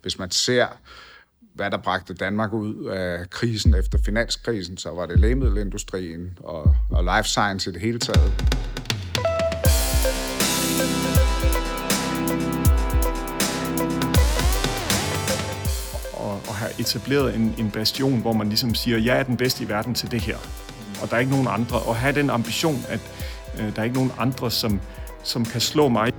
hvis man ser, hvad der bragte Danmark ud af krisen efter finanskrisen, så var det lægemiddelindustrien og life science i det hele taget. Og have etableret en bastion, hvor man ligesom siger, jeg er den bedste i verden til det her. Og der er ikke nogen andre. Og have den ambition, at der er ikke nogen andre, som kan slå mig.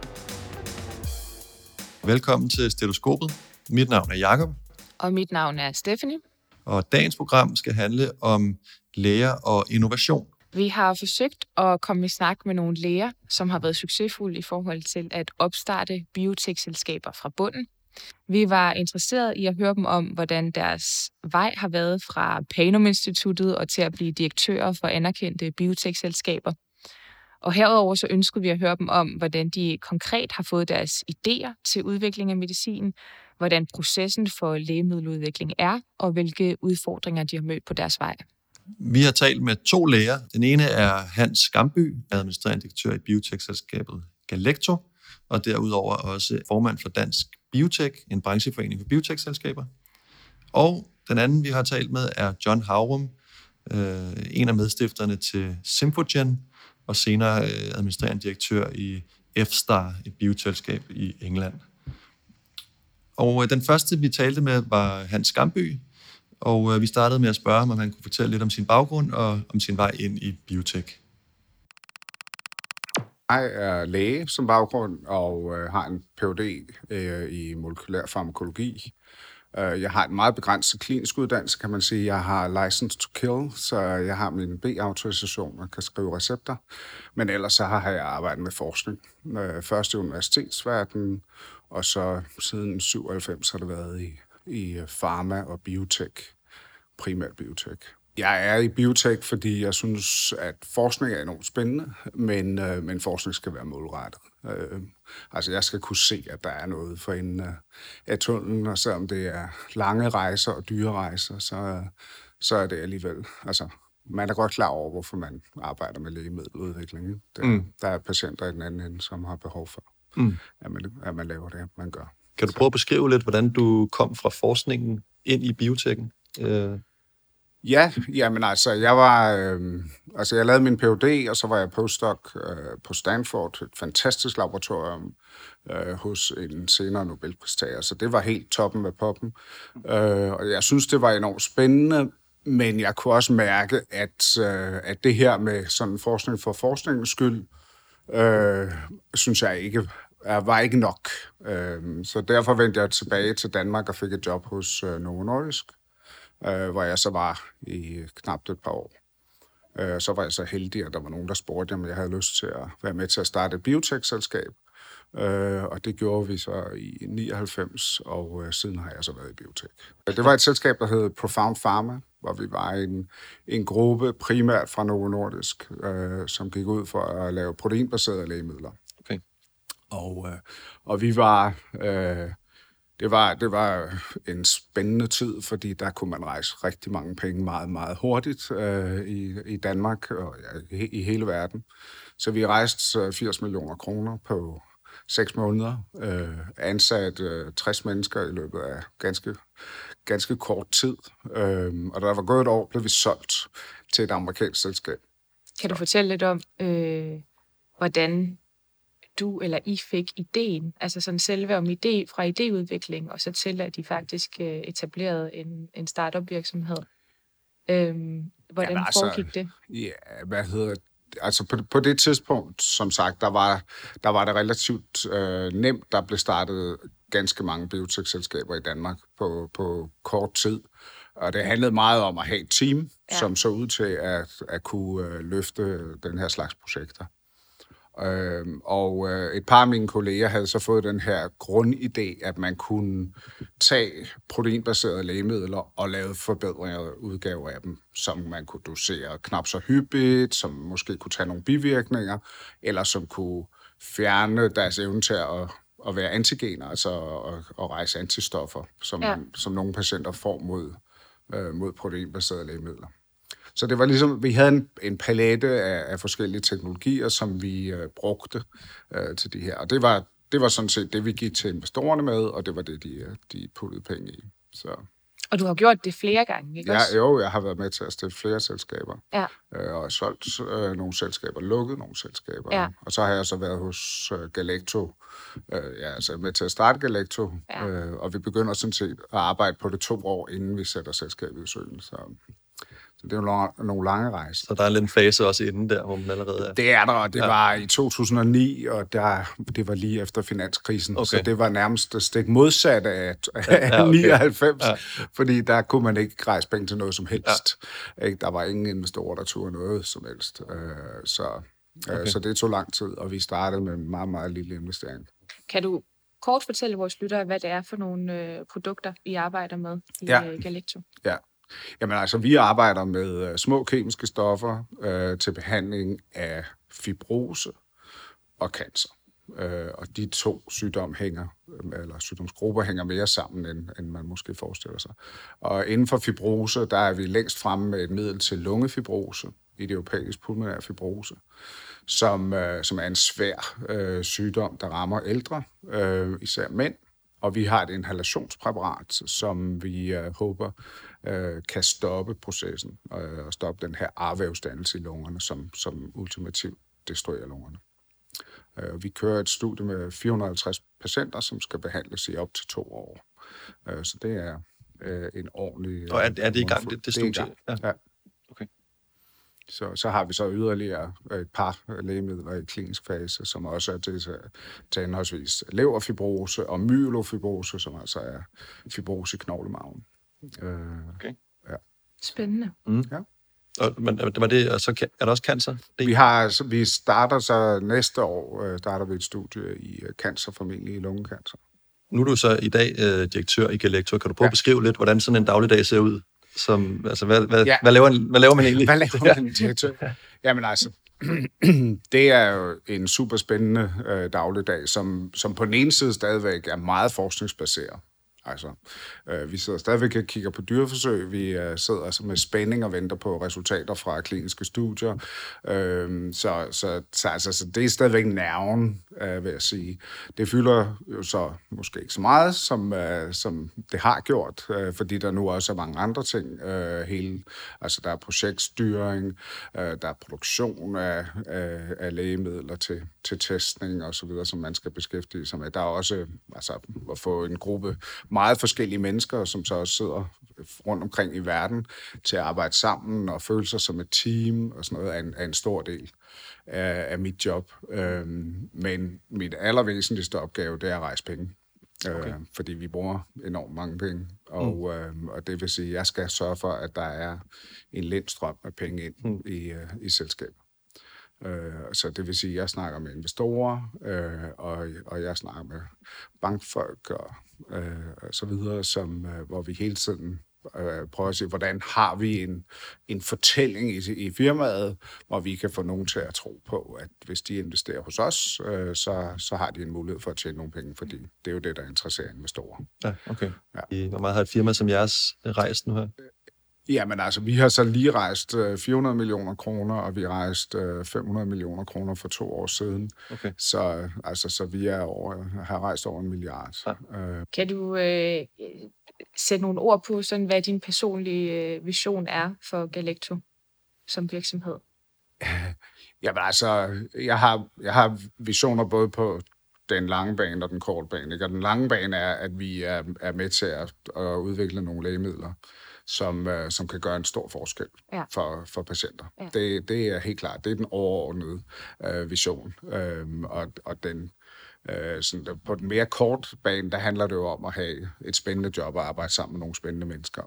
Velkommen til Stetoskopet. Mit navn er Jakob. Og mit navn er Stephanie. Og dagens program skal handle om læger og innovation. Vi har forsøgt at komme i snak med nogle læger, som har været succesfulde i forhold til at opstarte biotech-selskaber fra bunden. Vi var interesseret i at høre dem om, hvordan deres vej har været fra Panum-instituttet og til at blive direktører for anerkendte biotech-selskaber. Og herover så ønskede vi at høre dem om, hvordan de konkret har fået deres idéer til udvikling af medicin, hvordan processen for lægemiddeludvikling er, og hvilke udfordringer de har mødt på deres vej. Vi har talt med 2 læger. Den ene er Hans Skamby, administrerende direktør i biotech-selskabet Galecto, og derudover også formand for Dansk Biotech, en brancheforening for biotech-selskaber. Og den anden, vi har talt med, er John Haurum, en af medstifterne til Symphogen, og senere administrerende direktør i F-Star, et biotech-selskab i England. Og den første, vi talte med, var Hans Skamby, og vi startede med at spørge ham, om han kunne fortælle lidt om sin baggrund og om sin vej ind i biotech. Jeg er læge som baggrund og har en Ph.D. i molekylær farmakologi. Jeg har en meget begrænset klinisk uddannelse, kan man sige. Jeg har license to kill, så jeg har min B-autorisation og kan skrive recepter. Men ellers så har jeg arbejdet med forskning. Først i universitetsverdenen, og så siden 97 har det været i pharma og biotech, primært biotech. Jeg er i biotech, fordi jeg synes, at forskning er enormt spændende, men forskning skal være målrettet. Altså, jeg skal kunne se, at der er noget for enden af tunnelen, og selvom det er lange rejser og dyre rejser, så er det alligevel. Altså, man er godt klar over, hvorfor man arbejder med lægemiddeludvikling. Der er patienter i den anden ende, som har behov for, at man laver det, man gør. Kan du prøve at beskrive lidt, hvordan du kom fra forskningen ind i biotechen? Ja, jamen altså, jeg lavede min Ph.D., og så var jeg postdoc på Stanford, et fantastisk laboratorium hos en senere Nobelpristager, så det var helt toppen af poppen. Og jeg synes, det var enormt spændende, men jeg kunne også mærke, at det her med sådan forskning for forskningens skyld, synes jeg ikke var ikke nok. Så derfor vendte jeg tilbage til Danmark og fik et job hos Novo Nordisk, hvor jeg så var i knap et par år. Så var jeg så heldig, at der var nogen, der spurgte, om jeg havde lyst til at være med til at starte et biotech-selskab. Og det gjorde vi så i 99, og siden har jeg så været i biotech. Det var et selskab, der hed Profound Pharma, hvor vi var en gruppe primært fra Novo Nordisk, som gik ud for at lave proteinbaserede lægemidler. Okay. Og vi var... Det var en spændende tid, fordi der kunne man rejse rigtig mange penge meget, meget hurtigt i Danmark og i hele verden. Så vi rejste 80 millioner kroner på 6 måneder, ansat 60 mennesker i løbet af ganske kort tid. Og da der var gået et år, blev vi solgt til et amerikansk selskab. Kan du fortælle lidt om, hvordan du eller I fik ideen, altså sådan selve om idé fra idéudvikling, og så til, at de faktisk etablerede en startup-virksomhed. Hvordan foregik det? Ja, altså på det tidspunkt, som sagt, der var det relativt nemt. Der blev startet ganske mange biotech-selskaber i Danmark på kort tid. Og det handlede meget om at have et team, som så ud til at kunne løfte den her slags projekter. Og et par af mine kolleger havde så fået den her grundidé, at man kunne tage proteinbaserede lægemidler og lave forbedrede udgaver af dem, som man kunne dosere knap så hyppigt, som måske kunne tage nogle bivirkninger, eller som kunne fjerne deres evne til at være antigener, altså at rejse antistoffer, som nogle patienter får mod proteinbaserede lægemidler. Så det var ligesom, vi havde en palette af forskellige teknologier, som vi brugte til de her. Og det var sådan set det, vi gik til investorerne med, og det var det, de puttede penge i. Så. Og du har gjort det flere gange, ikke også? Jo, jeg har været med til at stifte flere selskaber. Ja. Og har solgt nogle selskaber, lukket nogle selskaber. Ja. Og så har jeg så været hos Galecto, altså med til at starte Galecto. Og vi begynder sådan set at arbejde på det 2 år, inden vi sætter selskabet i søen. Så det er jo nogle lange rejser. Så der er en lille fase også inden der, hvor man allerede er... Det er der, og det var i 2009, og det var lige efter finanskrisen. Okay. Så det var nærmest stik modsat af okay. 99, fordi der kunne man ikke rejse penge til noget som helst. Ja. Der var ingen investorer, der turde noget som helst. Så det tog lang tid, og vi startede med en meget, meget lille investering. Kan du kort fortælle vores lyttere, hvad det er for nogle produkter, I arbejder med i Galecto? Ja. Jamen altså, vi arbejder med små kemiske stoffer til behandling af fibrose og cancer. Og de 2 sygdomsgrupper hænger mere sammen, end man måske forestiller sig. Og inden for fibrose, der er vi længst fremme med et middel til lungefibrose, idiopætisk pulmonær fibrose, som er en svær sygdom, der rammer ældre, især mænd. Og vi har et inhalationspræparat, som vi håber kan stoppe processen og stoppe den her arvævsdannelse i lungerne, som ultimativt destruerer lungerne. Vi kører et studie med 450 patienter, som skal behandles i op til 2 år. Så det er en ordentlig... Og er det i gang, det studie? Ja. Okay. Så har vi så yderligere et par lægemidler i klinisk fase, som også er til henholdsvis leverfibrose og myelofibrose, som altså er fibrose i knoglemarven. Okay. Ja. Spændende. Ja. Men var det, og så er der også cancer? Vi starter så næste år, starter vi et studie i cancer, formentlig i lungekancer. Nu er du så i dag direktør i Galecto. Kan du prøve at beskrive lidt, hvordan sådan en dagligdag ser ud? Hvad laver man egentlig? Hvad laver man direktør? Jamen altså, det er jo en super spændende dagligdag, som på den ene side stadigvæk er meget forskningsbaseret. Altså, vi sidder stadigvæk og kigger på dyreforsøg. Vi sidder altså med spænding og venter på resultater fra kliniske studier. Så det er stadigvæk nerven, vil jeg sige. Det fylder jo så måske ikke så meget, som det har gjort, fordi der nu også er mange andre ting. Altså, der er projektstyring, der er produktion af lægemidler til testning og så videre, som man skal beskæftige sig med. Der er også altså, at få en gruppe meget forskellige mennesker, som så også sidder rundt omkring i verden til at arbejde sammen og føle sig som et team og sådan noget, er en stor del af mit job. Men mit allervæsentligste opgave, det er at rejse penge. Okay. Fordi vi bruger enormt mange penge, og det vil sige, at jeg skal sørge for, at der er en lindstrøm af penge ind i selskabet. Så det vil sige, at jeg snakker med investorer, og jeg snakker med bankfolk og så videre, hvor vi hele tiden prøver at se, hvordan har vi en fortælling i firmaet, hvor vi kan få nogen til at tro på, at hvis de investerer hos os, så har de en mulighed for at tjene nogle penge, fordi det er jo det, der interesserer investorer. Ja, okay. Ja. Hvor meget har et firma som jeres rejst nu her? Jamen altså, vi har så lige rejst 400 millioner kroner, og vi rejst 500 millioner kroner for 2 år siden. Okay. Så vi har rejst over 1 milliard. Ja. Kan du sætte nogle ord på, sådan, hvad din personlige vision er for Galecto som virksomhed? Jamen altså, jeg har visioner både på den lange bane og den korte bane. Ikke? Og den lange bane er, at vi er med til at udvikle nogle lægemidler, som kan gøre en stor forskel for patienter. Ja. Det er helt klart. Det er den overordnede vision. Og den, sådan, på den mere kort bane, der handler det jo om at have et spændende job og arbejde sammen med nogle spændende mennesker,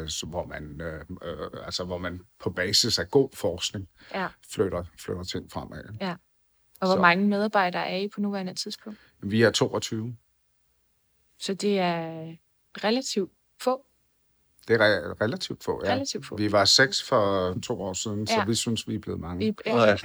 hvor man på basis af god forskning flytter ting fremad. Ja. Og hvor mange medarbejdere er I på nuværende tidspunkt? Vi er 22. Så det er relativt få? Det er relativt få, ja. Relativt få. Vi var 6 for 2 år siden, så vi synes, vi er blevet mange.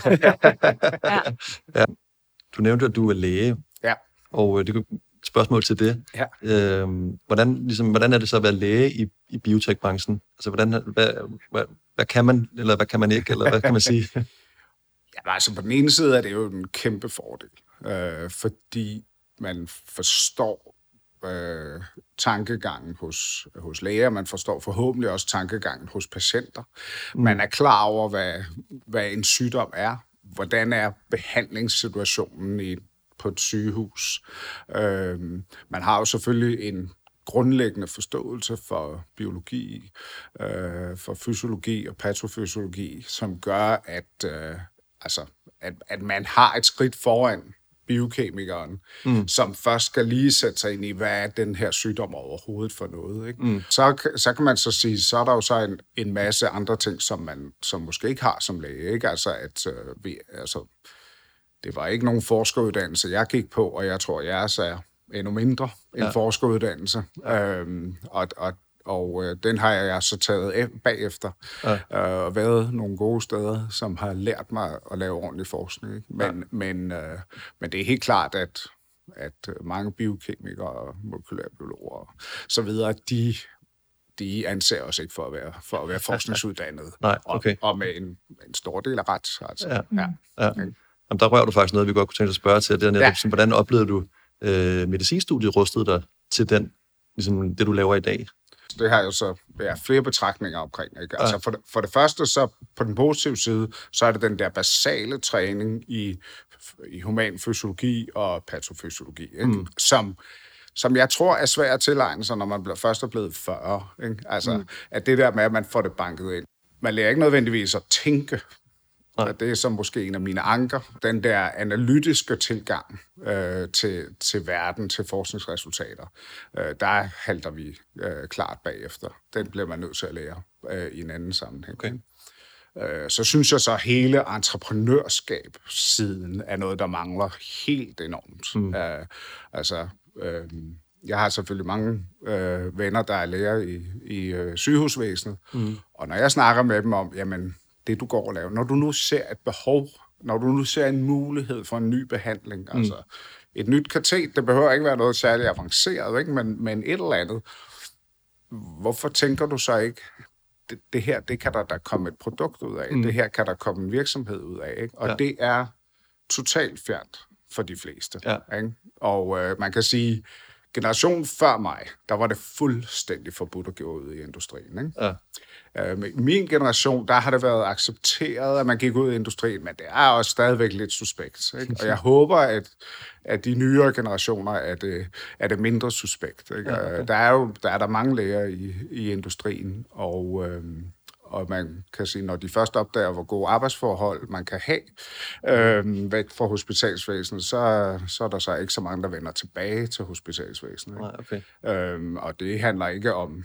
Ja. Du nævnte, at du er læge. Ja. Og det er et spørgsmål til det. Ja. Hvordan er det så at være læge i biotech-branchen? Altså, hvad kan man, eller hvad kan man ikke, eller hvad kan man sige? Ja, altså på den ene side er det jo en kæmpe fordel, fordi man forstår tankegangen hos læger, man forstår forhåbentlig også tankegangen hos patienter. Man er klar over, hvad en sygdom er, hvordan er behandlingssituationen på et sygehus. Man har jo selvfølgelig en grundlæggende forståelse for biologi, for fysiologi og patofysiologi, som gør, at man har et skridt foran biokemikeren, som først skal lige sætte sig ind i, hvad er den her sygdom overhovedet for noget. Ikke? Så kan man så sige, så er der jo så en masse andre ting, som måske ikke har som læge. Ikke? Det var ikke nogen forskeruddannelse, jeg gik på, og jeg tror, jeres er endnu mindre end forskeruddannelse. Og den har jeg så taget bagefter og været nogle gode steder, som har lært mig at lave ordentlig forskning. Ikke? Men det er helt klart, at mange biokemikere og molekylærbiologer og så videre, de anser os ikke for at være forskningsuddannede. Nej, okay. Og med en stor del af ret. Altså. Ja. Jamen, der rører du faktisk noget, vi godt kunne tænke at spørge til. Det er netop, hvordan oplevede du medicinstudiet rustede dig til den, ligesom det, du laver i dag? Det har jo så flere betragtninger omkring. Ikke? Altså for det første, så på den positive side, så er det den der basale træning i human fysiologi og patofysiologi, ikke? Som jeg tror er svært at tilegne sig, når man først er blevet 40. Ikke? Altså, at det der med, at man får det banket ind. Man lærer ikke nødvendigvis at tænke. Det er så måske en af mine anker. Den der analytiske tilgang til verden, til forskningsresultater, der halter vi klart bagefter. Den bliver man nødt til at lære i en anden sammenhæng. Okay. Så synes jeg så, at hele entreprenørskab-siden er noget, der mangler helt enormt. Jeg har selvfølgelig mange venner, der er læger i sygehusvæsenet, og når jeg snakker med dem om, jamen, det du går og laver, når du nu ser et behov, når du nu ser en mulighed for en ny behandling, altså et nyt katet, det behøver ikke være noget særligt avanceret, ikke? Men et eller andet, hvorfor tænker du så ikke, det her, det kan der komme et produkt ud af, det her kan der komme en virksomhed ud af, ikke? Og det er totalt fjernt for de fleste. Ikke? Og man kan sige, generationen før mig, der var det fuldstændig forbudt at gå ud i industrien. Ikke? Min generation, der har det været accepteret, at man gik ud i industrien, men det er også stadigvæk lidt suspekt. Ikke? Og jeg håber, at de nyere generationer er det mindre suspekt. Ikke? Der er mange læger i industrien, og man kan sige, når de først opdager, hvor gode arbejdsforhold man kan have væk fra hospitalsvæsenet, så er der så ikke så mange, der vender tilbage til hospitalsvæsenet. Nej, okay. Og det handler ikke om,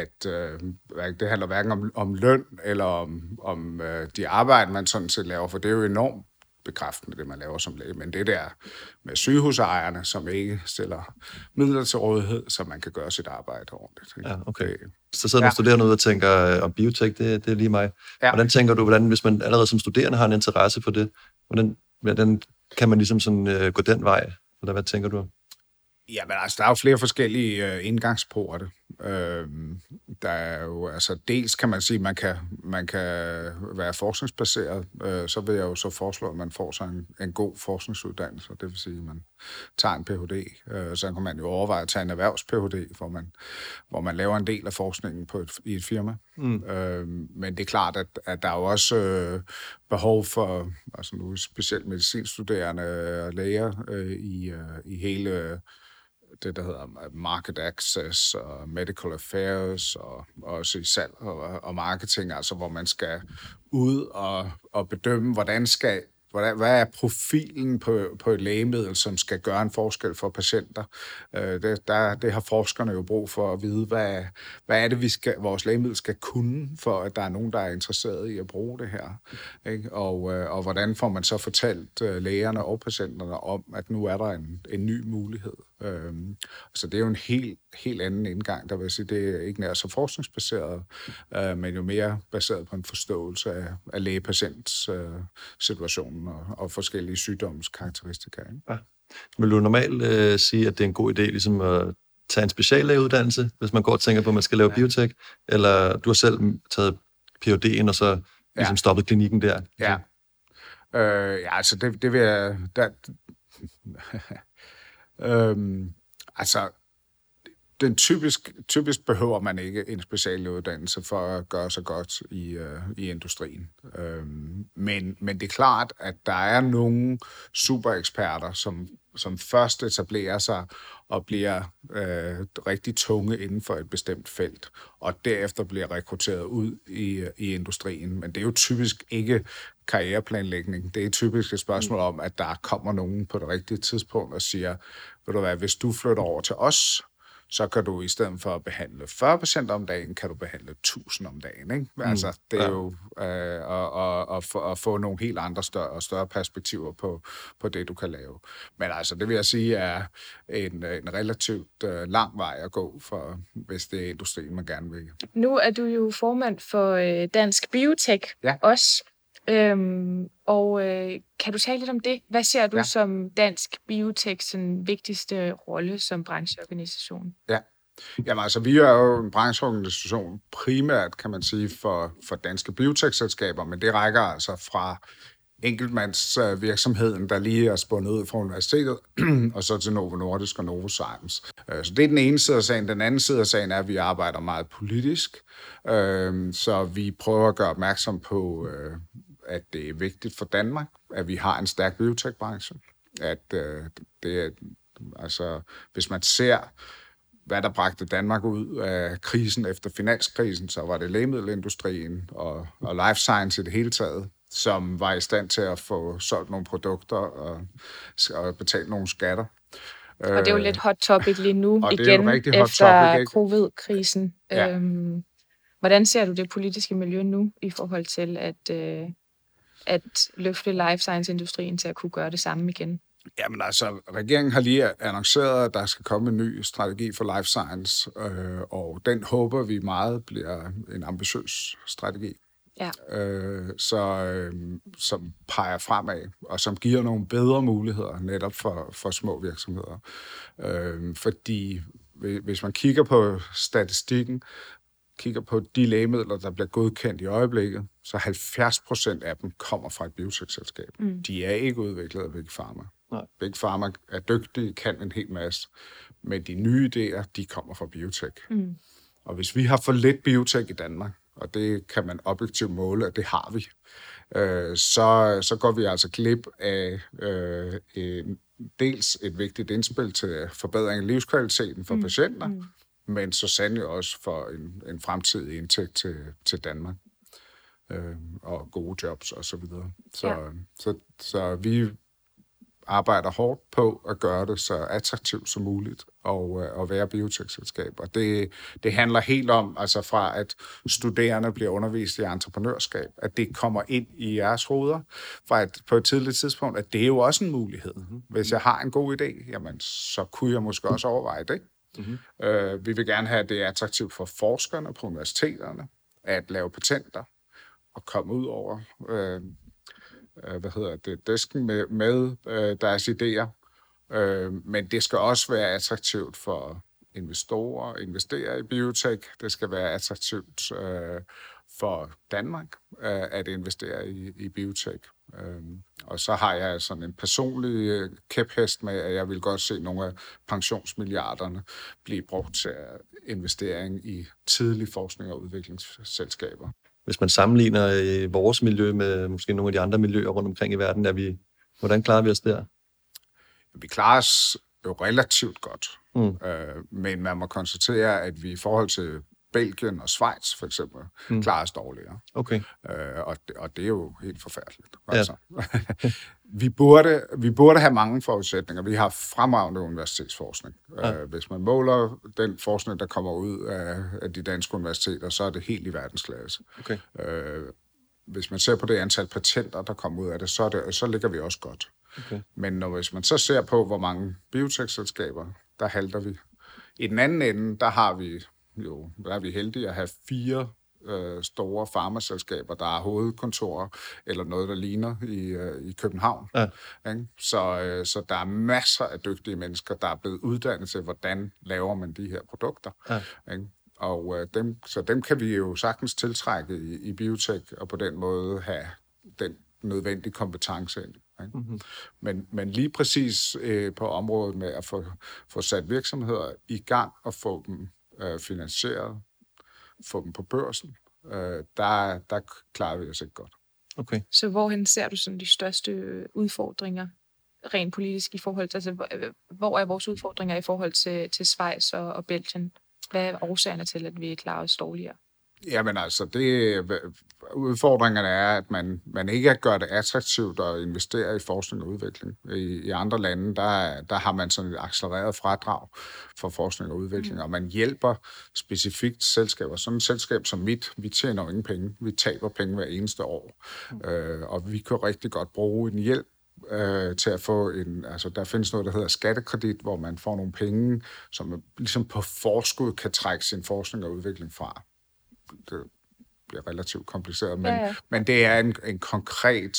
det handler hverken om løn, eller om de arbejde, man sådan set laver, for det er jo enormt bekræftende, det man laver som læge. Men det der med sygehusejerne, som ikke stiller midler til rådighed, så man kan gøre sit arbejde ordentligt. Ikke? Ja, okay. Så sidder man studerende ud og tænker, om biotek, det er lige mig. Ja. Hvordan tænker du, hvis man allerede som studerende har en interesse for det, hvordan kan man ligesom sådan gå den vej? Eller hvad tænker du? Jamen, altså, der er jo flere forskellige indgangsporte. Der er jo, altså, dels kan man sige, at man kan være forskningsbaseret. Så vil jeg jo så foreslå, at man får sig en god forskningsuddannelse. Det vil sige, at man tager en Ph.D. Så kan man jo overveje at tage en erhvervs-Ph.D., hvor man laver en del af forskningen i et firma. Men det er klart, at der er jo også behov for, altså nu specielt medicinstuderende og læger i hele det, der hedder market access og medical affairs og også i salg og marketing, altså hvor man skal ud og bedømme, hvad er profilen på et lægemiddel, som skal gøre en forskel for patienter. Det har forskerne jo brug for at vide, hvad er det, vores lægemiddel skal kunne, for at der er nogen, der er interesseret i at bruge det her. Ikke? Og hvordan får man så fortalt lægerne og patienterne om, at nu er der en ny mulighed. Så det er jo en helt anden indgang, der vil sige, det er ikke nær så forskningsbaseret, men jo mere baseret på en forståelse af læge-patients situationen og forskellige sygdomskarakteristika. Ja. Vil du normalt sige, at det er en god idé ligesom at tage en speciallægeuddannelse, hvis man går og tænker på, at man skal lave biotek, eller du har selv taget Ph.D.'en og så ligesom stoppet klinikken der? Ja, altså det vil jeg... Altså, typisk behøver man ikke en specialuddannelse for at gøre sig godt i industrien. Men det er klart, at der er nogle supereksperter, som først etablerer sig og bliver rigtig tunge inden for et bestemt felt, og derefter bliver rekrutteret ud i industrien. Men det er jo typisk ikke karriereplanlægning. Det er typisk et spørgsmål om, at der kommer nogen på det rigtige tidspunkt og siger, ved du hvad, hvis du flytter over til os, så kan du i stedet for at behandle 40% om dagen, kan du behandle 1000 om dagen. Ikke? Altså, det er jo at få nogle helt andre større perspektiver på det, du kan lave. Men altså, det vil jeg sige er en relativt lang vej at gå, hvis det er industrien, man gerne vil. Nu er du jo formand for Dansk Biotech også. Kan du tale lidt om det? Hvad ser du som Dansk Biotechs vigtigste rolle som brancheorganisation? Ja, jamen altså vi er jo en brancheorganisation primært, kan man sige, for danske biotech-selskaber, men det rækker altså fra enkeltmandsvirksomheden, der lige er spundet ud fra universitetet, og så til Novo Nordisk og Novozymes. Så det er den ene side af sagen. Den anden side af sagen er, at vi arbejder meget politisk, så vi prøver at gøre opmærksom på, at det er vigtigt for Danmark, at vi har en stærk biotech-branche. At det er, altså, hvis man ser, hvad der bragte Danmark ud af krisen efter finanskrisen, så var det lægemiddelindustrien og life science i det hele taget, som var i stand til at få solgt nogle produkter og betalt nogle skatter. Og det er jo lidt hot topic lige nu, igen efter covid-krisen. Ja. Hvordan ser du det politiske miljø nu i forhold til at løfte life science-industrien til at kunne gøre det samme igen? Jamen altså, regeringen har lige annonceret, at der skal komme en ny strategi for life science, og den håber vi meget bliver en ambitiøs strategi. Ja. Som peger fremad, og som giver nogle bedre muligheder netop for små virksomheder. Fordi hvis man kigger på statistikken, kigger på de lægemidler, der bliver godkendt i øjeblikket, så 70% af dem kommer fra et biotech-selskab. De er ikke udviklet af Big Pharma. Big Pharma er dygtige, kan en hel masse, men de nye idéer, de kommer fra biotech. Og hvis vi har for lidt biotech i Danmark, og det kan man objektivt måle, at det har vi, så går vi altså glip af dels et vigtigt indspil til forbedring af livskvaliteten for patienter, men så sandelig også for en fremtidig indtægt til Danmark. Og gode jobs og så videre. Så vi arbejder hårdt på at gøre det så attraktivt som muligt og være biotech-selskab. Og det handler helt om, altså fra at studerende bliver undervist i entreprenørskab, at det kommer ind i jeres hoveder fra på et tidligt tidspunkt, at det er jo også en mulighed. Hvis jeg har en god idé, jamen, så kunne jeg måske også overveje det. Vi vil gerne have, at det er attraktivt for forskerne på universiteterne at lave patenter og komme ud over disken med deres idéer. Men det skal også være attraktivt for investorer at investere i biotech. Det skal være attraktivt for Danmark at investere i biotech. Og så har jeg sådan en personlig kæphest med, at jeg vil godt se nogle af pensionsmilliarderne blive brugt til investering i tidlig forskning og udviklingsselskaber. Hvis man sammenligner vores miljø med måske nogle af de andre miljøer rundt omkring i verden, hvordan klarer vi os der? Vi klarer os jo relativt godt, men man må konstatere, at vi i forhold til Belgien og Schweiz for eksempel klarer os dårligere. Okay. Og det er jo helt forfærdeligt. Altså. Ja. Vi burde have mange forudsætninger. Vi har fremragende universitetsforskning. Hvis man måler den forskning, der kommer ud af de danske universiteter, så er det helt i verdensklasse. Okay. Hvis man ser på det antal patenter, der kommer ud af det, så ligger vi også godt. Okay. Men hvis man så ser på, hvor mange biotech-selskaber, der halter vi. I den anden ende, der er vi heldige at have 4 store farmaselskaber, der har hovedkontorer eller noget, der ligner i København. Ja. Så der er masser af dygtige mennesker, der er blevet uddannet til, hvordan laver man de her produkter. Ja. Og dem kan vi jo sagtens tiltrække i biotech, og på den måde have den nødvendige kompetence ind. Ikke? Mm-hmm. Men lige præcis på området med at få sat virksomheder i gang og få dem finansieret, få dem på børsen, der klarer vi os ikke godt. Okay. Så hvorhen ser du sådan de største udfordringer rent politisk i forhold til, altså, hvor er vores udfordringer i forhold til Schweiz og Belgien? Hvad er årsagerne til, at vi klarer os dårligere? Jamen altså, udfordringerne er, at man ikke gør det attraktivt at investere i forskning og udvikling. I andre lande, der har man sådan et accelereret fradrag for forskning og udvikling, og man hjælper specifikt selskaber. Sådan et selskab som vi tjener jo ingen penge. Vi taber penge hver eneste år. Og vi kan rigtig godt bruge en hjælp til at få der findes noget, der hedder skattekredit, hvor man får nogle penge, som man ligesom på forskud kan trække sin forskning og udvikling fra. Det bliver relativt kompliceret, men det er en konkret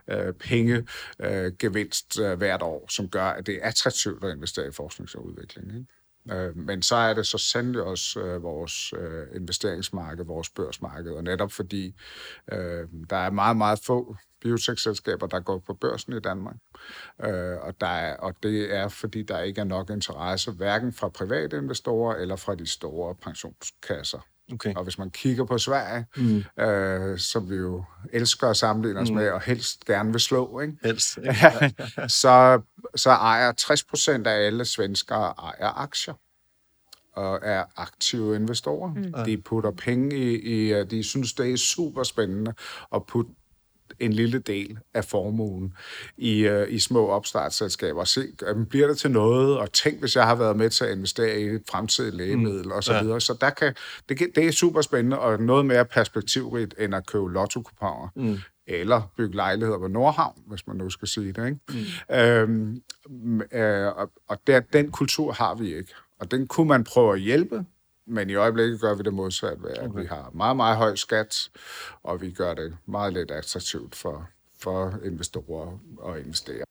pengegevinst hvert år, som gør, at det er attraktivt at investere i forskning og udvikling. Ikke? Men så er det så sandelig også vores investeringsmarked, vores børsmarked, og netop fordi der er meget, meget få biotech-selskaber, der går på børsen i Danmark. Og det er, fordi der ikke er nok interesse, hverken fra private investorer eller fra de store pensionskasser. Okay. Og hvis man kigger på Sverige, som vi jo elsker at sammenligne os med, og helst gerne vil slå, ikke? Helst. så ejer 60% af alle svenskere aktier og er aktive investorer. De putter penge i de synes, det er super spændende at putte en lille del af formuen i små opstartsselskaber. Se, bliver det til noget? Og tænk, hvis jeg har været med til at investere i et fremtidigt lægemiddel og så videre. Så det er super spændende og noget mere perspektivrigt end at købe lotto-kuponer. Eller bygge lejligheder på Nordhavn, hvis man nu skal sige det. Ikke? Den kultur har vi ikke. Og den kunne man prøve at hjælpe. Men i øjeblikket gør vi det modsat ved, at vi har meget, meget høj skat, og vi gør det meget lidt attraktivt for investorer at investere.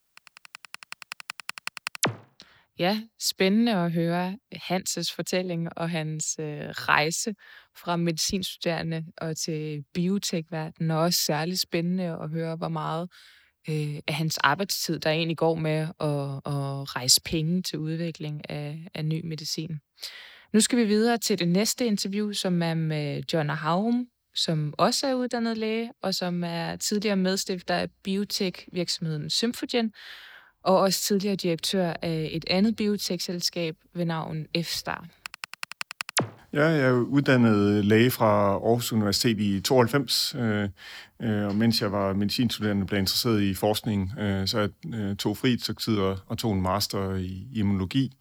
Ja, spændende at høre Hans' fortælling og hans rejse fra medicinstuderende og til biotech-verdenen, og også særligt spændende at høre, hvor meget af hans arbejdstid, der egentlig går med at rejse penge til udvikling af ny medicin. Nu skal vi videre til det næste interview, som er med Jonna Haurum, som også er uddannet læge, og som er tidligere medstifter af biotech-virksomheden Symphogen, og også tidligere direktør af et andet biotech-selskab ved navn F-Star. Ja, jeg er uddannet læge fra Aarhus Universitet i 92, og mens jeg var medicinstuderende, blev interesseret i forskning, så jeg tog fri et tid og tog en master i immunologi.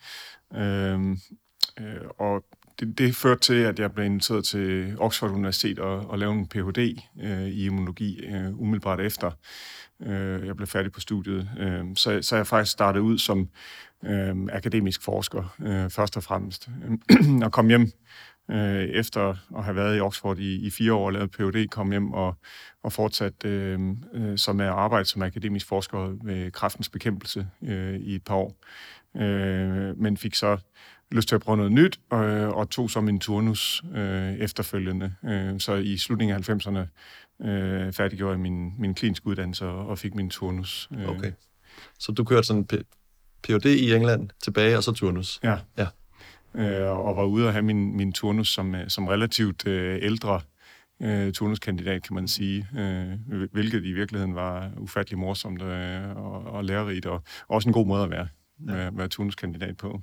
Og det førte til, at jeg blev inviteret til Oxford Universitet og lavede en Ph.D. I immunologi umiddelbart efter. Jeg blev færdig på studiet. Så jeg faktisk startede ud som akademisk forsker, først og fremmest. Og kom hjem efter at have været i Oxford i 4 år og lavet Ph.D., kom hjem og fortsat som at arbejde som akademisk forsker ved kræftens bekæmpelse i et par år. Men fik så lyst til at prøve noget nyt, og tog så min turnus efterfølgende. Så i slutningen af 90'erne færdiggjorde jeg min kliniske uddannelse og fik min turnus. Okay. Så du kørte sådan en Ph.D. i England tilbage, og så turnus? Ja. Og var ude at have min turnus som relativt ældre turnuskandidat, kan man sige, hvilket i virkeligheden var ufattelig morsomt og lærerigt, og også en god måde at være turnuskandidat på.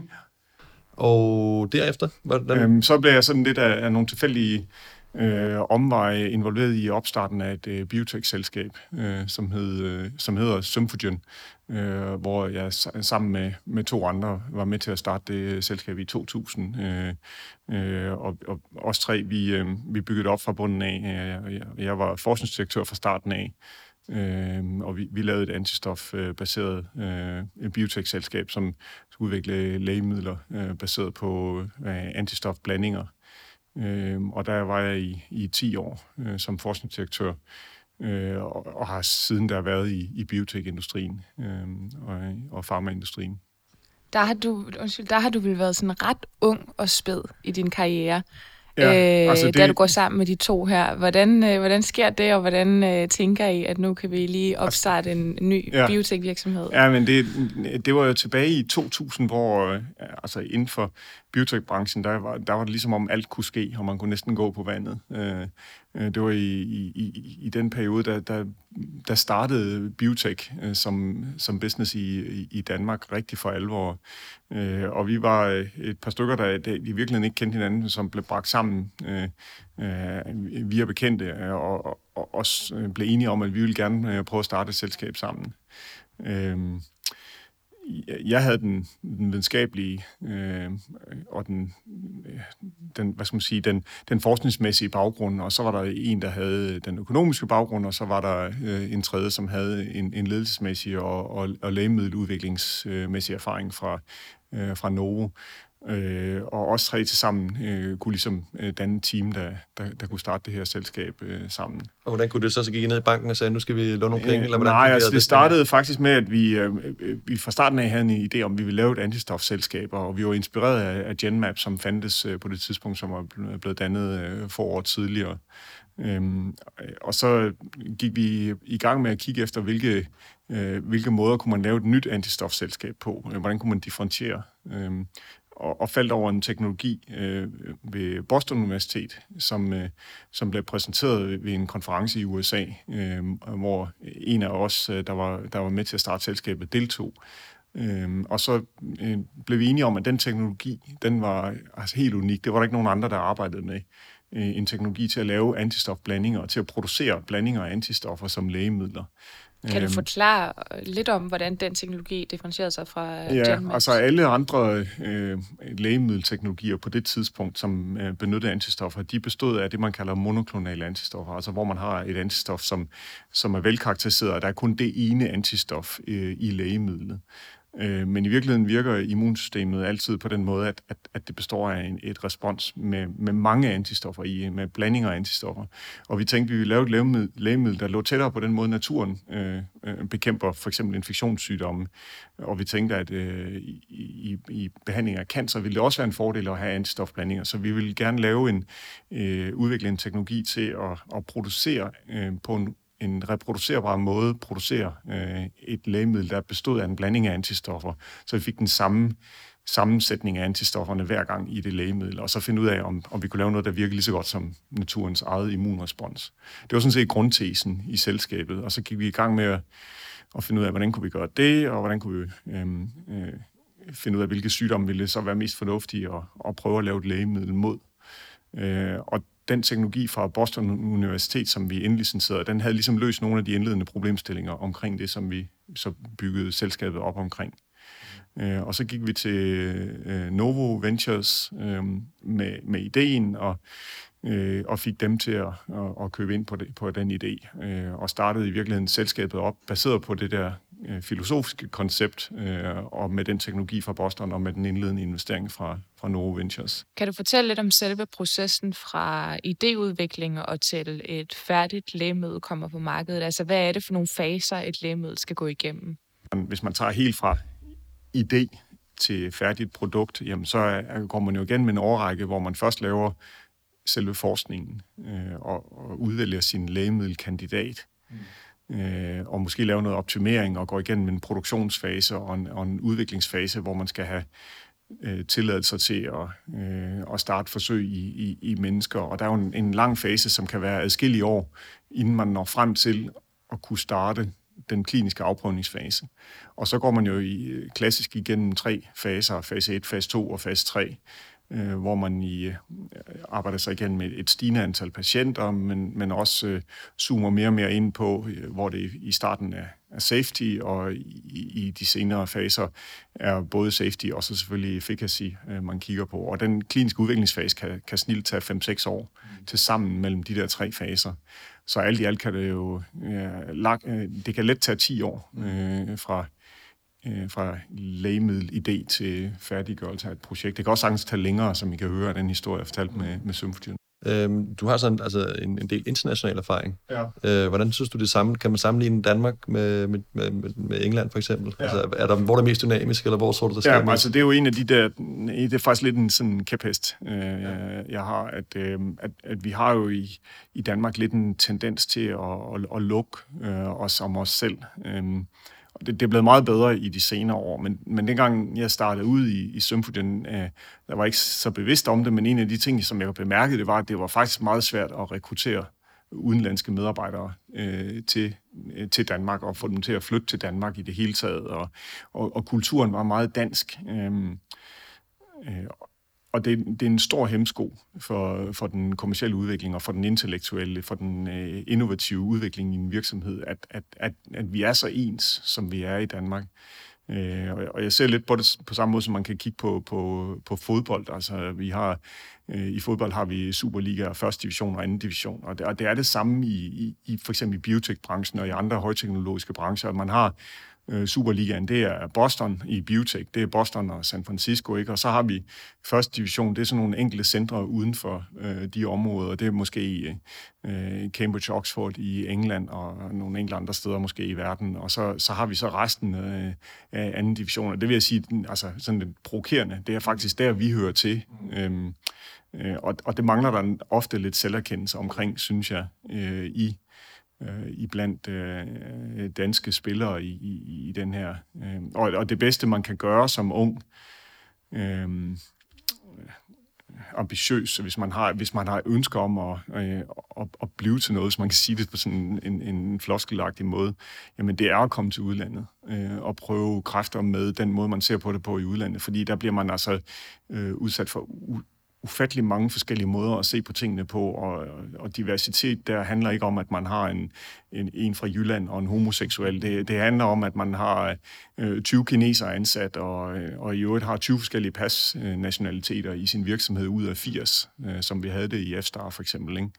Og derefter? Så blev jeg sådan lidt af nogle tilfældige omveje involveret i opstarten af et biotech-selskab, som hedder Symphogen, hvor jeg sammen med 2 andre var med til at starte det selskab i 2000. Og os 3, vi byggede op fra bunden af. Jeg var forskningsdirektør fra starten af. Og vi lavede et antistof-baseret biotech-selskab, som udviklede lægemidler baseret på antistofblandinger. Og der var jeg i 10 år som forskningsdirektør, og har siden der været i biotech-industrien og farmaindustrien. Der har du vel været sådan ret ung og spæd i din karriere. da du går sammen med de to her. Hvordan sker det, og hvordan tænker I, at nu kan vi lige opstarte en ny biotech-virksomhed? Ja, men det var jo tilbage i 2000, hvor altså inden for biotech-branchen, der var det ligesom om alt kunne ske, og man kunne næsten gå på vandet. Det var i den periode, der startede biotech som business i Danmark rigtig for alvor. Og vi var et par stykker, der i virkeligheden ikke kendte hinanden, som blev bragt sammen via bekendte, og også blev enige om, at vi ville gerne prøve at starte et selskab sammen. Jeg havde den videnskabelige og den hvad skal man sige, den forskningsmæssige baggrund, og så var der en, der havde den økonomiske baggrund, og så var der en tredje, som havde en ledelsesmæssig og lægemiddeludviklingsmæssig erfaring fra Novo. Og os tre til sammen kunne ligesom danne et team, der kunne starte det her selskab sammen. Og hvordan kunne det så gik I ned i banken og sagde, nu skal vi låne nogle penge? Eller Nej, altså det startede faktisk med, at vi fra starten af havde en idé om, at vi ville lave et antistofselskab, og vi var inspireret af Genmab, som fandtes på det tidspunkt, som var blevet dannet for år tidligere. Og så gik vi i gang med at kigge efter, hvilke måder kunne man lave et nyt antistofselskab på? Hvordan kunne man differentiere? Og faldt over en teknologi ved Boston Universitet, som blev præsenteret ved en konference i USA, hvor en af os, der var med til at starte selskabet, deltog. Og så blev vi enige om, at den teknologi, den var altså helt unik. Det var der ikke nogen andre, der arbejdede med. En teknologi til at lave antistofblandinger og til at producere blandinger af antistoffer som lægemidler. Kan du forklare lidt om, hvordan den teknologi differentierede sig fra Genmab? Altså alle andre lægemiddelteknologier på det tidspunkt, som benyttede antistoffer, de bestod af det, man kalder monoklonale antistoffer, altså hvor man har et antistof, som er velkarakteriseret, og der er kun det ene antistof i lægemidlet. Men i virkeligheden virker immunsystemet altid på den måde, at det består af et respons med mange antistoffer i, med blandinger af antistoffer. Og vi tænkte, at vi ville lave et lægemiddel, der lå tættere på den måde, naturen bekæmper for eksempel infektionssygdomme. Og vi tænkte, at i behandling af cancer ville det også være en fordel at have antistofblandinger. Så vi ville gerne udvikle en teknologi til at producere på en reproducerbar måde producere et lægemiddel, der bestod af en blanding af antistoffer, så vi fik den samme sammensætning af antistofferne hver gang i det lægemiddel, og så finde ud af, om vi kunne lave noget, der virkede lige så godt som naturens eget immunrespons. Det var sådan set grundtesen i selskabet, og så gik vi i gang med at finde ud af, hvordan kunne vi gøre det, og hvordan kunne vi finde ud af, hvilke sygdomme ville så være mest fornuftige at prøve at lave et lægemiddel mod. Og den teknologi fra Boston Universitet, som vi indlicenserede, den havde ligesom løst nogle af de indledende problemstillinger omkring det, som vi så byggede selskabet op omkring. Og så gik vi til Novo Ventures med ideen og fik dem til at købe ind på den idé, og startede i virkeligheden selskabet op, baseret på det der filosofiske koncept, og med den teknologi fra Boston, og med den indledende investering fra Novo Ventures. Kan du fortælle lidt om selve processen fra idéudvikling og til et færdigt lægemiddel kommer på markedet? Altså, hvad er det for nogle faser, et lægemiddel skal gå igennem? Hvis man tager helt fra idé til færdigt produkt, jamen så går man jo igen med en årrække, hvor man først laver selve forskningen og udvælger sin lægemiddelkandidat. Og måske lave noget optimering og gå igennem en produktionsfase og en udviklingsfase, hvor man skal have tilladelser til at starte forsøg i mennesker. Og der er jo en lang fase, som kan være adskillige år, inden man når frem til at kunne starte den kliniske afprøvningsfase. Og så går man jo klassisk igennem 3 faser, fase 1, fase 2 og fase 3, hvor man arbejder sig igen med et stigende antal patienter, men også zoomer mere og mere ind på, hvor det i starten er safety, og i de senere faser er både safety og så selvfølgelig efficacy, man kigger på. Og den kliniske udviklingsfase kan snilt tage 5-6 år til sammen mellem de der 3 faser. Så alt i alt kan det jo det kan let tage 10 år fra lægemiddelidé til færdiggørelse af et projekt. Det kan også sagtens tage længere, som I kan høre af den historie, jeg fortalte med Symphogen. Du har sådan en del international erfaring. Ja. Hvordan synes du det samme? Kan man sammenligne Danmark med England for eksempel? Ja. Altså, hvor er det mest dynamisk, eller hvor tror du, der sker mest? Altså det er jo en af de der, det er faktisk lidt en sådan kæphest, jeg har, at vi har jo i Danmark lidt en tendens til at lukke os om os selv. Det er blevet meget bedre i de senere år, men dengang jeg startede ud i Symfodien, jeg var ikke så bevidst om det, men en af de ting, som jeg bemærkede, det var, at det var faktisk meget svært at rekruttere udenlandske medarbejdere til Danmark, og få dem til at flytte til Danmark i det hele taget, og kulturen var meget dansk. Og det er en stor hæmsko for den kommercielle udvikling og for den intellektuelle, for den innovative udvikling i en virksomhed, at vi er så ens, som vi er i Danmark. Og jeg ser lidt på det på samme måde, som man kan kigge på fodbold. Altså, i fodbold har vi Superliga, første division og anden division, og det er det samme i for eksempel i biotech-branchen og i andre højteknologiske brancher. Man har Superligaen, det er Boston i biotech, det er Boston og San Francisco, ikke? Og så har vi første division, det er sådan nogle enkelte centre uden for de områder, det er måske i Cambridge, Oxford i England og nogle enkelte andre steder måske i verden, og så har vi så resten af anden division, og det vil jeg sige, altså sådan lidt provokerende, det er faktisk der, vi hører til, og det mangler der ofte lidt selverkendelse omkring, synes jeg, i blandt danske spillere i den her. Og det bedste, man kan gøre som ung, ambitiøs, hvis man har ønsker om at blive til noget, så man kan sige det på sådan en floskelagtig måde, jamen det er at komme til udlandet og prøve kræfter med den måde, man ser på det på i udlandet, fordi der bliver man altså udsat for ufattelig mange forskellige måder at se på tingene på, og diversitet, der handler ikke om, at man har en fra Jylland og en homoseksuel. Det handler om, at man har 20 kinesere ansat, og i øvrigt har 20 forskellige pasnationaliteter i sin virksomhed ud af 80, som vi havde det i F-Star for eksempel, ikke?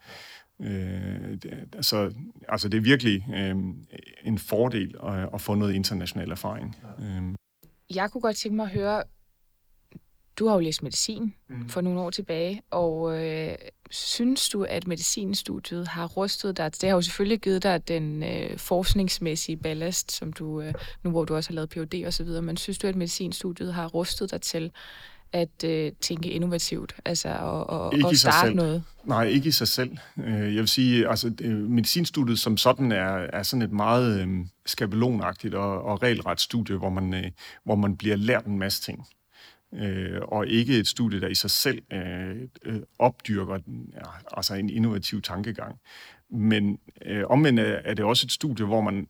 Altså det er virkelig en fordel at få noget international erfaring. Jeg kunne godt tænke mig at høre, du har jo læst medicin for nogle år tilbage, og synes du, at medicinstudiet har rustet dig? Det har jo selvfølgelig givet dig den forskningsmæssige ballast, som du nu hvor du også har lavet Ph.D. og så videre, men synes du, at medicinstudiet har rustet dig til at tænke innovativt, altså og starte noget? Nej, ikke i sig selv. Jeg vil sige, altså medicinstudiet som sådan er sådan et meget skabelonagtigt og regelret studie, hvor man bliver lært en masse ting. Og ikke et studie, der i sig selv opdyrker altså en innovativ tankegang. Men omvendt er det også et studie, hvor man,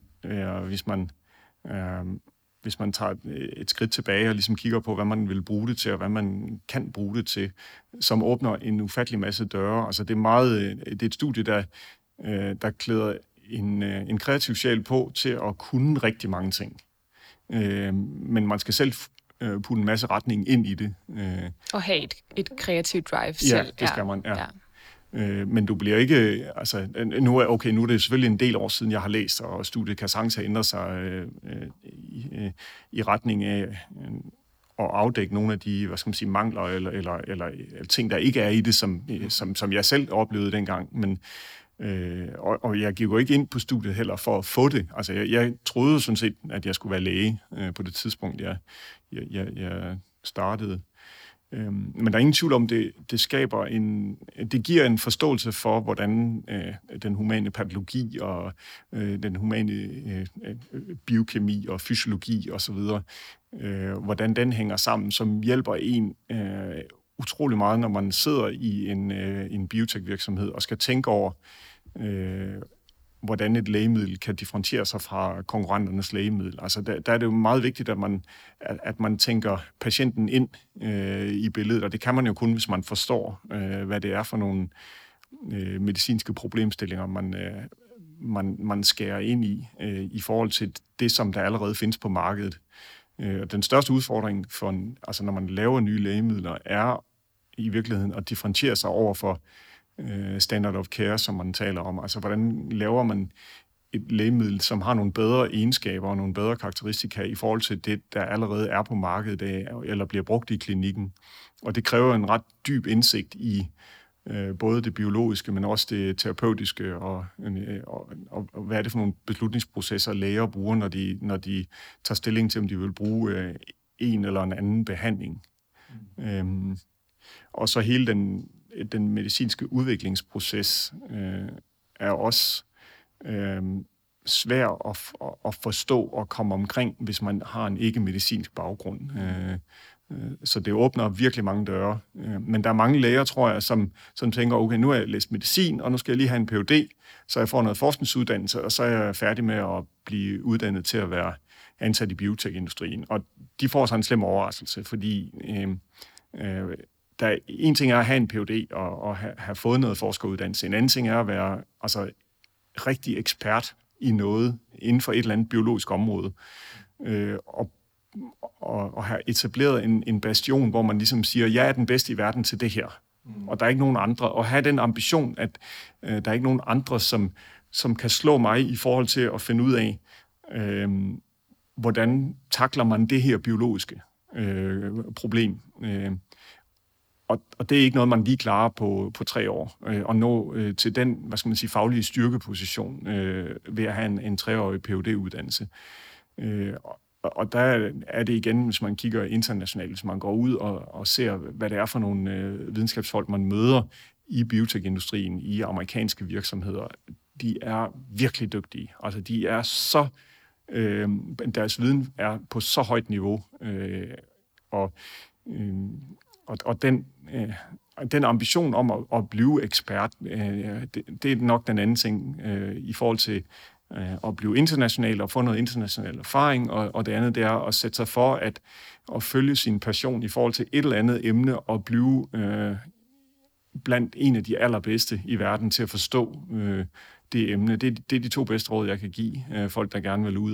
hvis man tager et skridt tilbage og ligesom kigger på, hvad man vil bruge det til, og hvad man kan bruge det til, som åbner en ufattelig masse døre. Altså det er et studie, der klæder en kreativ sjæl på til at kunne rigtig mange ting. Men man skal selv putte en masse retning ind i det. Og have et kreativt drive selv. Ja, det skal man, ja. Men du bliver ikke, altså, nu er det selvfølgelig en del år siden, jeg har læst, og studiet kan sagtens have ændret sig i retning af at afdække nogle af de, hvad skal man sige, mangler eller ting, der ikke er i det, som jeg selv oplevede dengang, men og jeg gik jo ikke ind på studiet heller for at få det. Altså, jeg troede sådan set, at jeg skulle være læge på det tidspunkt, jeg startede. Men der er ingen tvivl om, det giver en forståelse for, hvordan den humane patologi og den humane biokemi og fysiologi osv., hvordan den hænger sammen, som hjælper en utrolig meget, når man sidder i en biotech-virksomhed og skal tænke over, hvordan et lægemiddel kan differentiere sig fra konkurrenternes lægemiddel. Altså der er det jo meget vigtigt, at man tænker patienten ind i billedet, og det kan man jo kun, hvis man forstår, hvad det er for nogle medicinske problemstillinger, man skærer ind i forhold til det, som der allerede findes på markedet. Den største udfordring altså når man laver nye lægemidler, er i virkeligheden at differentiere sig over for standard of care, som man taler om. Altså, hvordan laver man et lægemiddel, som har nogle bedre egenskaber og nogle bedre karakteristika i forhold til det, der allerede er på markedet eller bliver brugt i klinikken. Og det kræver en ret dyb indsigt i både det biologiske, men også det terapeutiske, og hvad er det for nogle beslutningsprocesser, læger bruger, når de tager stilling til, om de vil bruge en eller en anden behandling. Og så hele den medicinske udviklingsproces er også svær at forstå og komme omkring, hvis man har en ikke-medicinsk baggrund. Så det åbner virkelig mange døre. Men der er mange læger, tror jeg, som tænker, okay, nu har jeg læst medicin, og nu skal jeg lige have en Ph.D., så jeg får noget forskningsuddannelse, og så er jeg færdig med at blive uddannet til at være ansat i biotekindustrien. Og de får så en slem overraskelse, fordi en ting er at have en Ph.D. og have fået noget forskeruddannelse. En anden ting er at være rigtig ekspert i noget inden for et eller andet biologisk område. Og have etableret en bastion, hvor man ligesom siger, jeg er den bedste i verden til det her. Og der er ikke nogen andre. Og have den ambition, at der er ikke nogen andre, som kan slå mig i forhold til at finde ud af, hvordan takler man det her biologiske problem. Og det er ikke noget, man lige klarer på 3 år. Og nå til den, faglige styrkeposition ved at have en 3-årig Ph.D.-uddannelse. Og der er det igen, hvis man kigger internationalt, hvis man går ud og ser, hvad det er for nogle videnskabsfolk, man møder i biotekindustrien, i amerikanske virksomheder. De er virkelig dygtige. Altså, de er så... deres viden er på så højt niveau. Og den ambition om at blive ekspert, det er nok den anden ting i forhold til at blive international og få noget international erfaring, og det andet det er at sætte sig for at følge sin passion i forhold til et eller andet emne og blive blandt en af de allerbedste i verden til at forstå det emne. Det er de 2 bedste råd, jeg kan give folk, der gerne vil ud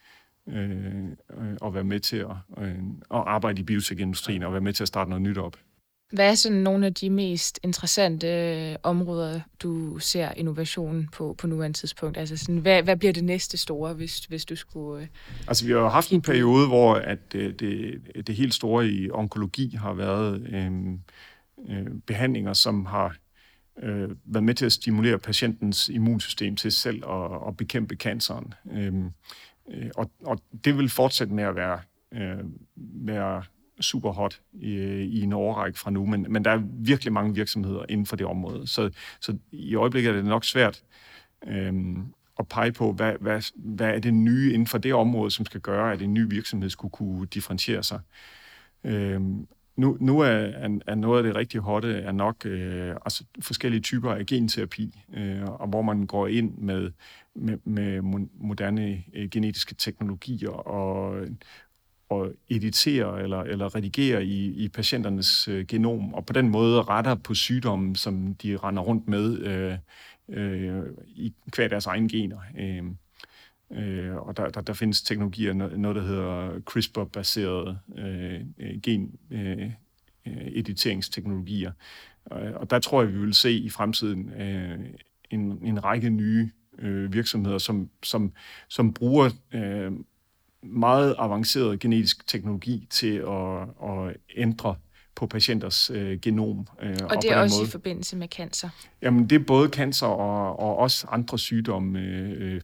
og være med til at arbejde i biotekindustrien og være med til at starte noget nyt op. Hvad er sådan nogle af de mest interessante områder, du ser innovation på nuværende tidspunkt? Altså sådan, hvad bliver det næste store, hvis du skulle... Altså, vi har jo haft en periode, hvor at det helt store i onkologi har været behandlinger, som har været med til at stimulere patientens immunsystem til selv at bekæmpe canceren. Og det vil fortsætte med at være super hot i en årrække fra nu, men der er virkelig mange virksomheder inden for det område. Så i øjeblikket er det nok svært at pege på, hvad er det nye inden for det område, som skal gøre, at en ny virksomhed skulle kunne differentiere sig. Nu er noget af det rigtig hotte er nok forskellige typer af genterapi, og hvor man går ind med moderne genetiske teknologier og editerer eller redigerer i patienternes genom, og på den måde retter på sygdommen, som de render rundt med i hver deres egne gener. Og der findes teknologier, noget der hedder CRISPR-baserede gen-editeringsteknologier. Og der tror jeg, vi vil se i fremtiden en række nye virksomheder, som bruger meget avanceret genetisk teknologi til at ændre på patienters genom. Og det er også i forbindelse med cancer? Jamen, det er både cancer og også andre sygdomme,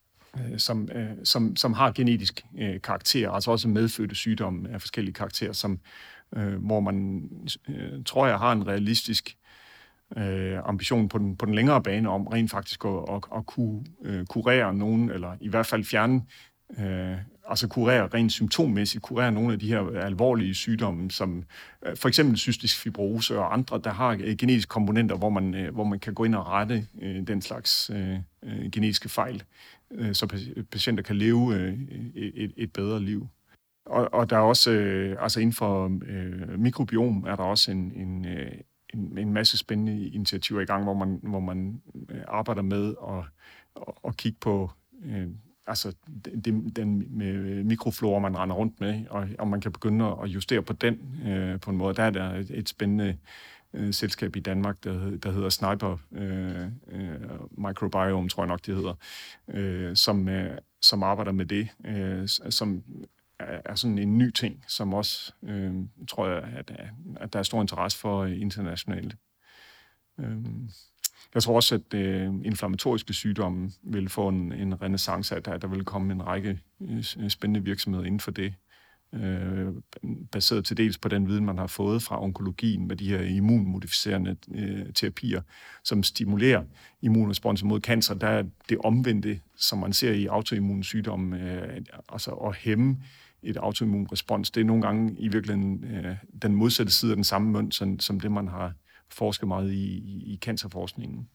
som har genetisk karakter, altså også medfødte sygdomme af forskellige karakterer, hvor man, tror jeg, har en realistisk ambition på den længere bane om rent faktisk at kunne kurere nogen, eller i hvert fald fjerne, altså kurere rent symptommæssigt, kurere nogle af de her alvorlige sygdomme, som for eksempel cystisk fibrose og andre, der har genetiske komponenter, hvor man kan gå ind og rette den slags genetiske fejl, så patienter kan leve et bedre liv. Og der er også, altså inden for mikrobiom, er der også en masse spændende initiativer i gang, hvor man arbejder med at kigge på altså den mikroflora, man render rundt med, og man kan begynde at justere på den på en måde. Der er der et spændende selskab i Danmark, der hedder Sniper Microbiome, tror jeg nok, det hedder, som arbejder med det, som er sådan en ny ting, som også, tror jeg, at der er stor interesse for internationalt. Jeg tror også, at inflammatoriske sygdomme vil få en renæssance, at der vil komme en række spændende virksomheder inden for det, baseret til dels på den viden, man har fået fra onkologien med de her immunmodificerende terapier, som stimulerer immunrespons mod cancer. Der er det omvendte, som man ser i autoimmune sygdomme, altså at hæmme et autoimmun respons. Det er nogle gange i virkeligheden den modsatte side af den samme mønt, som det, man har forsket meget i cancerforskningen.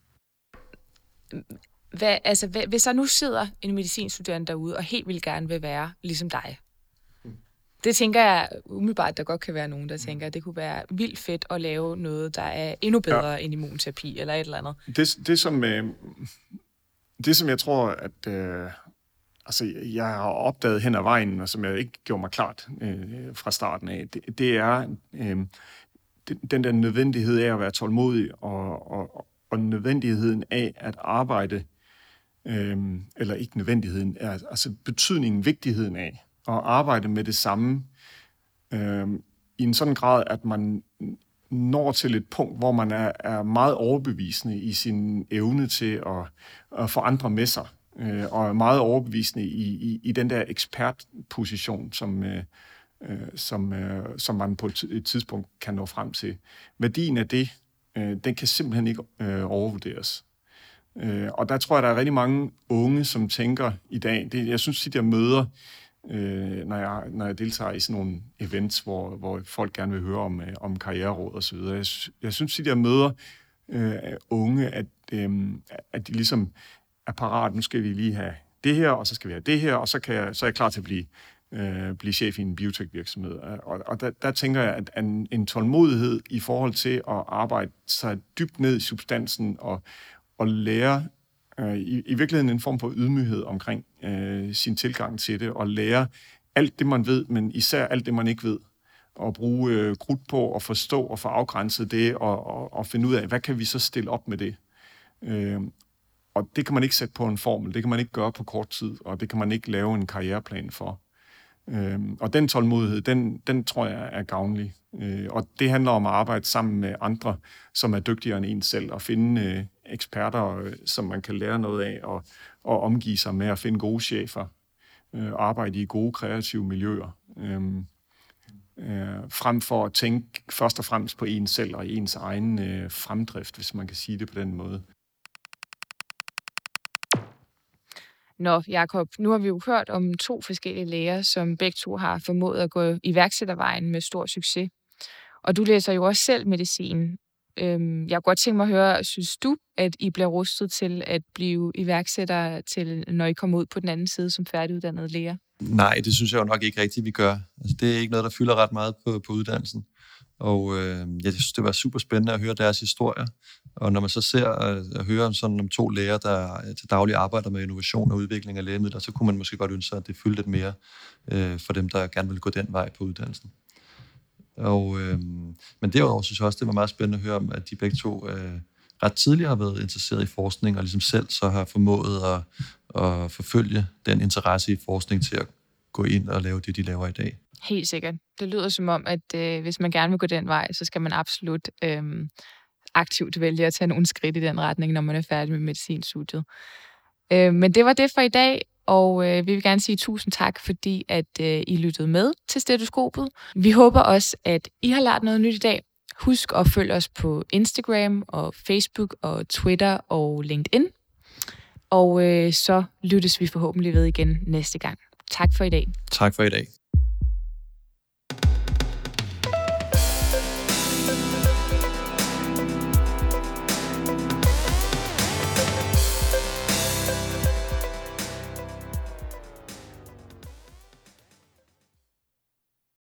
Hvis der nu sidder en medicinstuderende derude og helt vildt gerne vil være ligesom dig, det tænker jeg umiddelbart, der godt kan være nogen, der tænker, at det kunne være vildt fedt at lave noget, der er endnu bedre end immunterapi eller et eller andet. Det som jeg tror, at jeg har opdaget hen ad vejen, og som jeg ikke gjorde mig klart fra starten af, det er den der nødvendighed af at være tålmodig, og nødvendigheden af at arbejde, eller ikke nødvendigheden, altså betydningen, vigtigheden af at arbejde med det samme, i en sådan grad, at man når til et punkt, hvor man er meget overbevisende i sin evne til at få andre med sig, og er meget overbevisende i den der ekspertposition, som man på et tidspunkt kan nå frem til. Værdien af det, den kan simpelthen ikke overvurderes. Og der tror jeg, der er rigtig mange unge, som tænker i dag, jeg synes, at jeg møder, når jeg deltager i sådan nogle events, hvor folk gerne vil høre om karriereråd og så videre. Jeg synes, at jeg møder unge, at de ligesom er parat. Nu skal vi lige have det her, og så skal vi have det her, og så er jeg klar til at blive chef i en biotech-virksomhed. Og der tænker jeg, at en tålmodighed i forhold til at arbejde sig dybt ned i substansen og lære i virkeligheden en form for ydmyghed omkring sin tilgang til det, og lære alt det, man ved, men især alt det, man ikke ved, og bruge krudt på at forstå og få afgrænset det, og finde ud af, hvad kan vi så stille op med det. Og det kan man ikke sætte på en formel, det kan man ikke gøre på kort tid, og det kan man ikke lave en karriereplan for. Og den tålmodighed, den tror jeg er gavnlig. Og det handler om at arbejde sammen med andre, som er dygtigere end en selv, og finde eksperter, som man kan lære noget af, og omgive sig med at finde gode chefer, arbejde i gode kreative miljøer, frem for at tænke først og fremmest på en selv og ens egen fremdrift, hvis man kan sige det på den måde. Nå, Jakob, nu har vi jo hørt om 2 forskellige læger, som begge to har formået at gå iværksættervejen med stor succes. Og du læser jo også selv medicin. Jeg kunne godt tænke mig at høre, synes du, at I bliver rustet til at blive iværksættere, når I kommer ud på den anden side som færdiguddannede læger? Nej, det synes jeg jo nok ikke rigtigt, vi gør. Altså, det er ikke noget, der fylder ret meget på uddannelsen. Og jeg synes, det var super spændende at høre deres historier. Og når man så ser og hører om 2 læger, der til daglig arbejder med innovation og udvikling af lægemidler, så kunne man måske godt ønske sig, at det fyldte lidt mere for dem, der gerne vil gå den vej på uddannelsen. Men derudover synes jeg også, det var meget spændende at høre om, at de begge to ret tidligt har været interesseret i forskning, og ligesom selv så har formået at forfølge den interesse i forskning til at gå ind og lave det, de laver i dag. Helt sikkert. Det lyder som om, at hvis man gerne vil gå den vej, så skal man absolut aktivt vælge at tage nogle skridt i den retning, når man er færdig med medicinstudiet. Men det var det for i dag, og vi vil gerne sige tusind tak, fordi at I lyttede med til Stetoskopet. Vi håber også, at I har lært noget nyt i dag. Husk at følge os på Instagram og Facebook og Twitter og LinkedIn. Og så lyttes vi forhåbentlig ved igen næste gang. Tak for i dag. Tak for i dag.